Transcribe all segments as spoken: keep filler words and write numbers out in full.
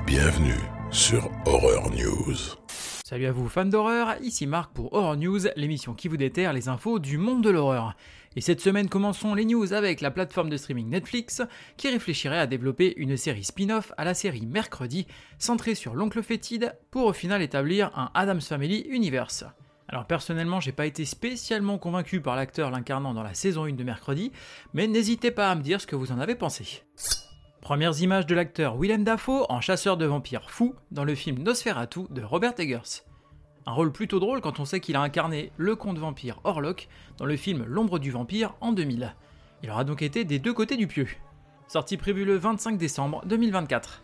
Bienvenue sur Horror News. Salut à vous fans d'horreur, ici Marc pour Horror News, l'émission qui vous déterre les infos du monde de l'horreur. Et cette semaine commençons les news avec la plateforme de streaming Netflix qui réfléchirait à développer une série spin-off à la série Mercredi, centrée sur l'oncle fétide pour au final établir un Addams Family Universe. Alors personnellement j'ai pas été spécialement convaincu par l'acteur l'incarnant dans la saison un de Mercredi, mais n'hésitez pas à me dire ce que vous en avez pensé. Premières images de l'acteur Willem Dafoe en chasseur de vampires fou dans le film Nosferatu de Robert Eggers. Un rôle plutôt drôle quand on sait qu'il a incarné le comte vampire Orlok dans le film L'ombre du vampire en deux mille. Il aura donc été des deux côtés du pieu. Sortie prévue le vingt-cinq décembre deux mille vingt-quatre.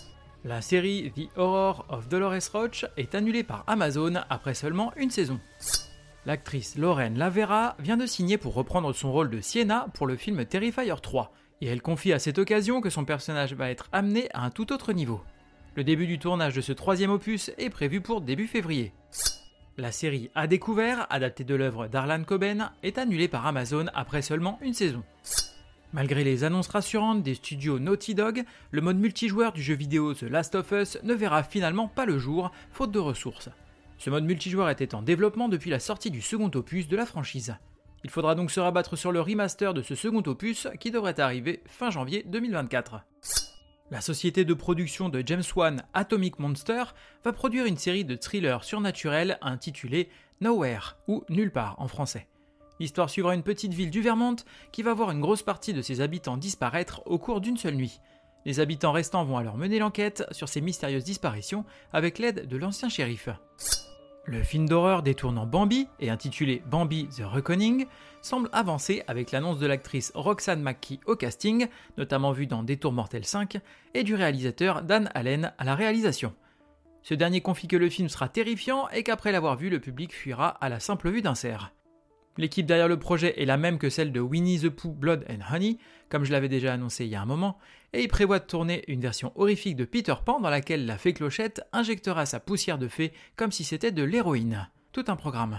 La série The Horror of Dolores Roach est annulée par Amazon après seulement une saison. L'actrice Lauren Lavera vient de signer pour reprendre son rôle de Sienna pour le film Terrifier trois, et elle confie à cette occasion que son personnage va être amené à un tout autre niveau. Le début du tournage de ce troisième opus est prévu pour début février. La série À découvert, adaptée de l'œuvre d'Harlan Coben, est annulée par Amazon après seulement une saison. Malgré les annonces rassurantes des studios Naughty Dog, le mode multijoueur du jeu vidéo The Last of Us ne verra finalement pas le jour, faute de ressources. Ce mode multijoueur était en développement depuis la sortie du second opus de la franchise. Il faudra donc se rabattre sur le remaster de ce second opus qui devrait arriver fin janvier deux mille vingt-quatre. La société de production de James Wan, Atomic Monster, va produire une série de thrillers surnaturels intitulée Nowhere, ou Nulle part en français. L'histoire suivra une petite ville du Vermont qui va voir une grosse partie de ses habitants disparaître au cours d'une seule nuit. Les habitants restants vont alors mener l'enquête sur ces mystérieuses disparitions avec l'aide de l'ancien shérif. Le film d'horreur détournant Bambi, et intitulé Bambi The Reckoning, semble avancer avec l'annonce de l'actrice Roxanne McKee au casting, notamment vue dans Détour mortel cinq, et du réalisateur Dan Allen à la réalisation. Ce dernier confie que le film sera terrifiant et qu'après l'avoir vu, le public fuira à la simple vue d'un cerf. L'équipe derrière le projet est la même que celle de Winnie the Pooh Blood and Honey, comme je l'avais déjà annoncé il y a un moment, et il prévoit de tourner une version horrifique de Peter Pan dans laquelle la fée Clochette injectera sa poussière de fée comme si c'était de l'héroïne. Tout un programme.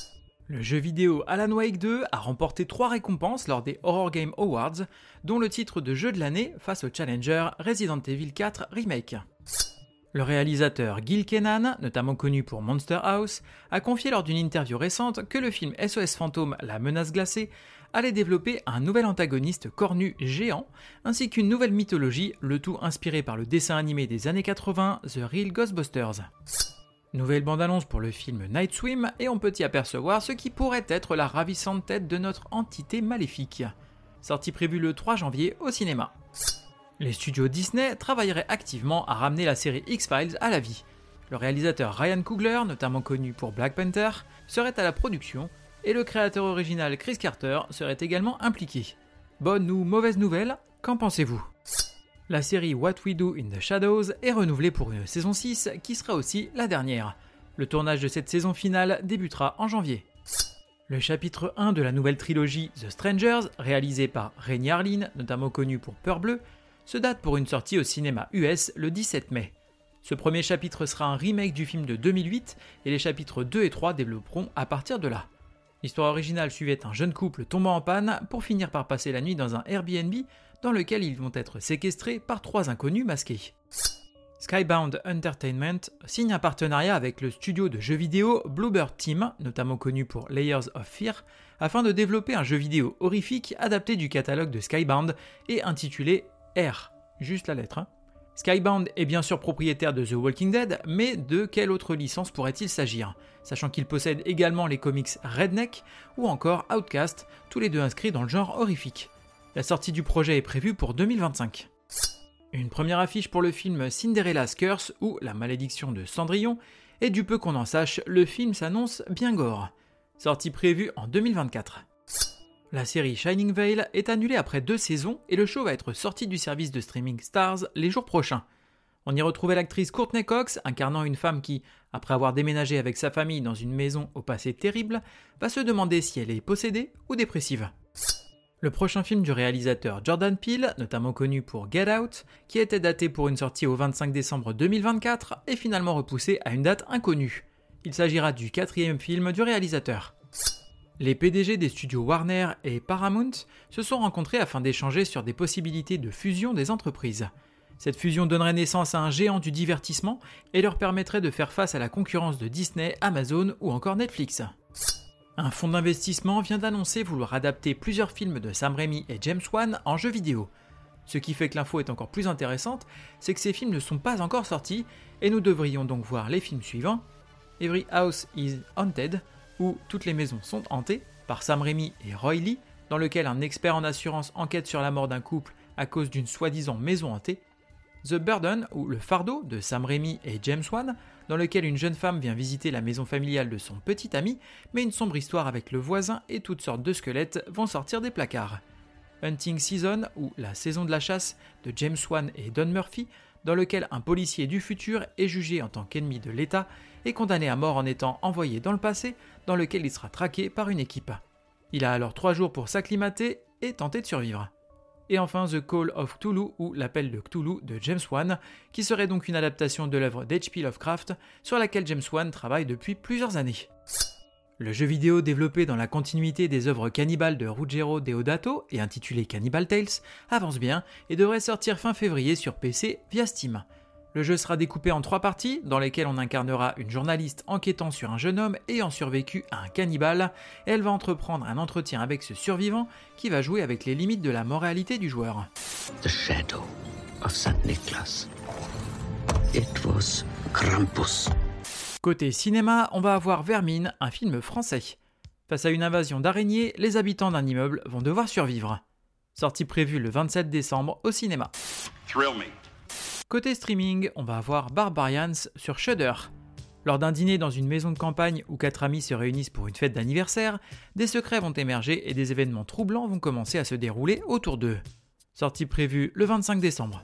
Le jeu vidéo Alan Wake deux a remporté trois récompenses lors des Horror Game Awards, dont le titre de jeu de l'année face au challenger Resident Evil quatre Remake. Le réalisateur Gil Kenan, notamment connu pour Monster House, a confié lors d'une interview récente que le film S O S Fantôme, la menace glacée, allait développer un nouvel antagoniste cornu géant, ainsi qu'une nouvelle mythologie, le tout inspiré par le dessin animé des années quatre-vingts The Real Ghostbusters. Nouvelle bande-annonce pour le film Night Swim, et on peut y apercevoir ce qui pourrait être la ravissante tête de notre entité maléfique. Sortie prévue le trois janvier au cinéma. Les studios Disney travailleraient activement à ramener la série X-Files à la vie. Le réalisateur Ryan Coogler, notamment connu pour Black Panther, serait à la production, et le créateur original Chris Carter serait également impliqué. Bonne ou mauvaise nouvelle, qu'en pensez-vous ? La série What We Do in the Shadows est renouvelée pour une saison six qui sera aussi la dernière. Le tournage de cette saison finale débutera en janvier. Le chapitre un de la nouvelle trilogie The Strangers, réalisé par Renny Harlin, notamment connu pour Peur Bleue, se date pour une sortie au cinéma U S le dix-sept mai. Ce premier chapitre sera un remake du film de deux mille huit et les chapitres deux et trois développeront à partir de là. L'histoire originale suivait un jeune couple tombant en panne pour finir par passer la nuit dans un Airbnb dans lequel ils vont être séquestrés par trois inconnus masqués. Skybound Entertainment signe un partenariat avec le studio de jeux vidéo Bluebird Team, notamment connu pour Layers of Fear, afin de développer un jeu vidéo horrifique adapté du catalogue de Skybound et intitulé R, juste la lettre. Hein. Skybound est bien sûr propriétaire de The Walking Dead, mais de quelle autre licence pourrait-il s'agir, sachant qu'il possède également les comics Redneck ou encore Outcast, tous les deux inscrits dans le genre horrifique. La sortie du projet est prévue pour deux mille vingt-cinq. Une première affiche pour le film Cinderella's Curse ou La malédiction de Cendrillon, et du peu qu'on en sache, le film s'annonce bien gore. Sortie prévue en deux mille vingt-quatre. La série Shining Vale est annulée après deux saisons et le show va être sorti du service de streaming Stars les jours prochains. On y retrouvait l'actrice Courtney Cox, incarnant une femme qui, après avoir déménagé avec sa famille dans une maison au passé terrible, va se demander si elle est possédée ou dépressive. Le prochain film du réalisateur Jordan Peele, notamment connu pour Get Out, qui était daté pour une sortie au vingt-cinq décembre deux mille vingt-quatre, est finalement repoussé à une date inconnue. Il s'agira du quatrième film du réalisateur. Les P D G des studios Warner et Paramount se sont rencontrés afin d'échanger sur des possibilités de fusion des entreprises. Cette fusion donnerait naissance à un géant du divertissement et leur permettrait de faire face à la concurrence de Disney, Amazon ou encore Netflix. Un fonds d'investissement vient d'annoncer vouloir adapter plusieurs films de Sam Raimi et James Wan en jeux vidéo. Ce qui fait que l'info est encore plus intéressante, c'est que ces films ne sont pas encore sortis et nous devrions donc voir les films suivants: Every House is Haunted, où toutes les maisons sont hantées, par Sam Raimi et Roy Lee, dans lequel un expert en assurance enquête sur la mort d'un couple à cause d'une soi-disant maison hantée. The Burden, ou Le Fardeau, de Sam Raimi et James Wan, dans lequel une jeune femme vient visiter la maison familiale de son petit ami, mais une sombre histoire avec le voisin et toutes sortes de squelettes vont sortir des placards. Hunting Season, ou La saison de la chasse, de James Wan et Don Murphy, dans lequel un policier du futur est jugé en tant qu'ennemi de l'État et condamné à mort en étant envoyé dans le passé, dans lequel il sera traqué par une équipe. Il a alors trois jours pour s'acclimater et tenter de survivre. Et enfin The Call of Cthulhu, ou L'appel de Cthulhu de James Wan, qui serait donc une adaptation de l'œuvre d'H P Lovecraft, sur laquelle James Wan travaille depuis plusieurs années. Le jeu vidéo développé dans la continuité des œuvres cannibales de Ruggero Deodato et intitulé Cannibal Tales avance bien et devrait sortir fin février sur P C via Steam. Le jeu sera découpé en trois parties, dans lesquelles on incarnera une journaliste enquêtant sur un jeune homme ayant survécu à un cannibale, et elle va entreprendre un entretien avec ce survivant qui va jouer avec les limites de la moralité du joueur. The shadow of Saint Nicholas. It was Krampus. Côté cinéma, on va avoir Vermine, un film français. Face à une invasion d'araignées, les habitants d'un immeuble vont devoir survivre. Sortie prévue le vingt-sept décembre au cinéma. Thrill me. Côté streaming, on va avoir Barbarians sur Shudder. Lors d'un dîner dans une maison de campagne où quatre amis se réunissent pour une fête d'anniversaire, des secrets vont émerger et des événements troublants vont commencer à se dérouler autour d'eux. Sortie prévue le vingt-cinq décembre.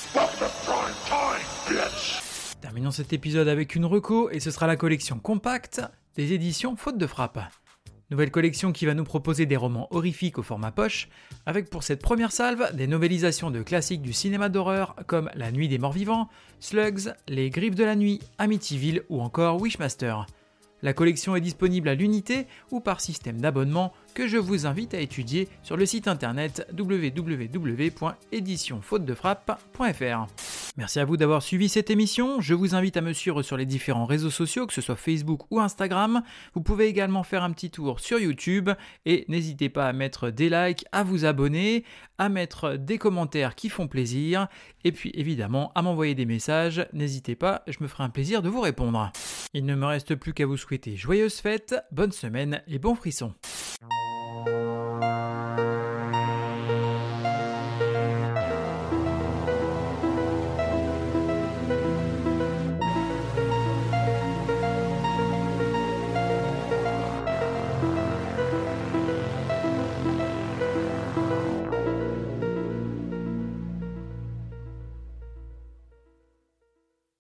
Terminons cet épisode avec une reco et ce sera la collection compacte des éditions Faute de Frappe. Nouvelle collection qui va nous proposer des romans horrifiques au format poche, avec pour cette première salve des novélisations de classiques du cinéma d'horreur comme La Nuit des Morts Vivants, Slugs, Les Griffes de la Nuit, Amityville ou encore Wishmaster. La collection est disponible à l'unité ou par système d'abonnement que je vous invite à étudier sur le site internet w w w point édition faute de frappe point f r. Merci à vous d'avoir suivi cette émission. Je vous invite à me suivre sur les différents réseaux sociaux, que ce soit Facebook ou Instagram. Vous pouvez également faire un petit tour sur YouTube et n'hésitez pas à mettre des likes, à vous abonner, à mettre des commentaires qui font plaisir et puis évidemment à m'envoyer des messages. N'hésitez pas, je me ferai un plaisir de vous répondre. Il ne me reste plus qu'à vous souhaiter joyeuses fêtes, bonne semaine et bon frisson.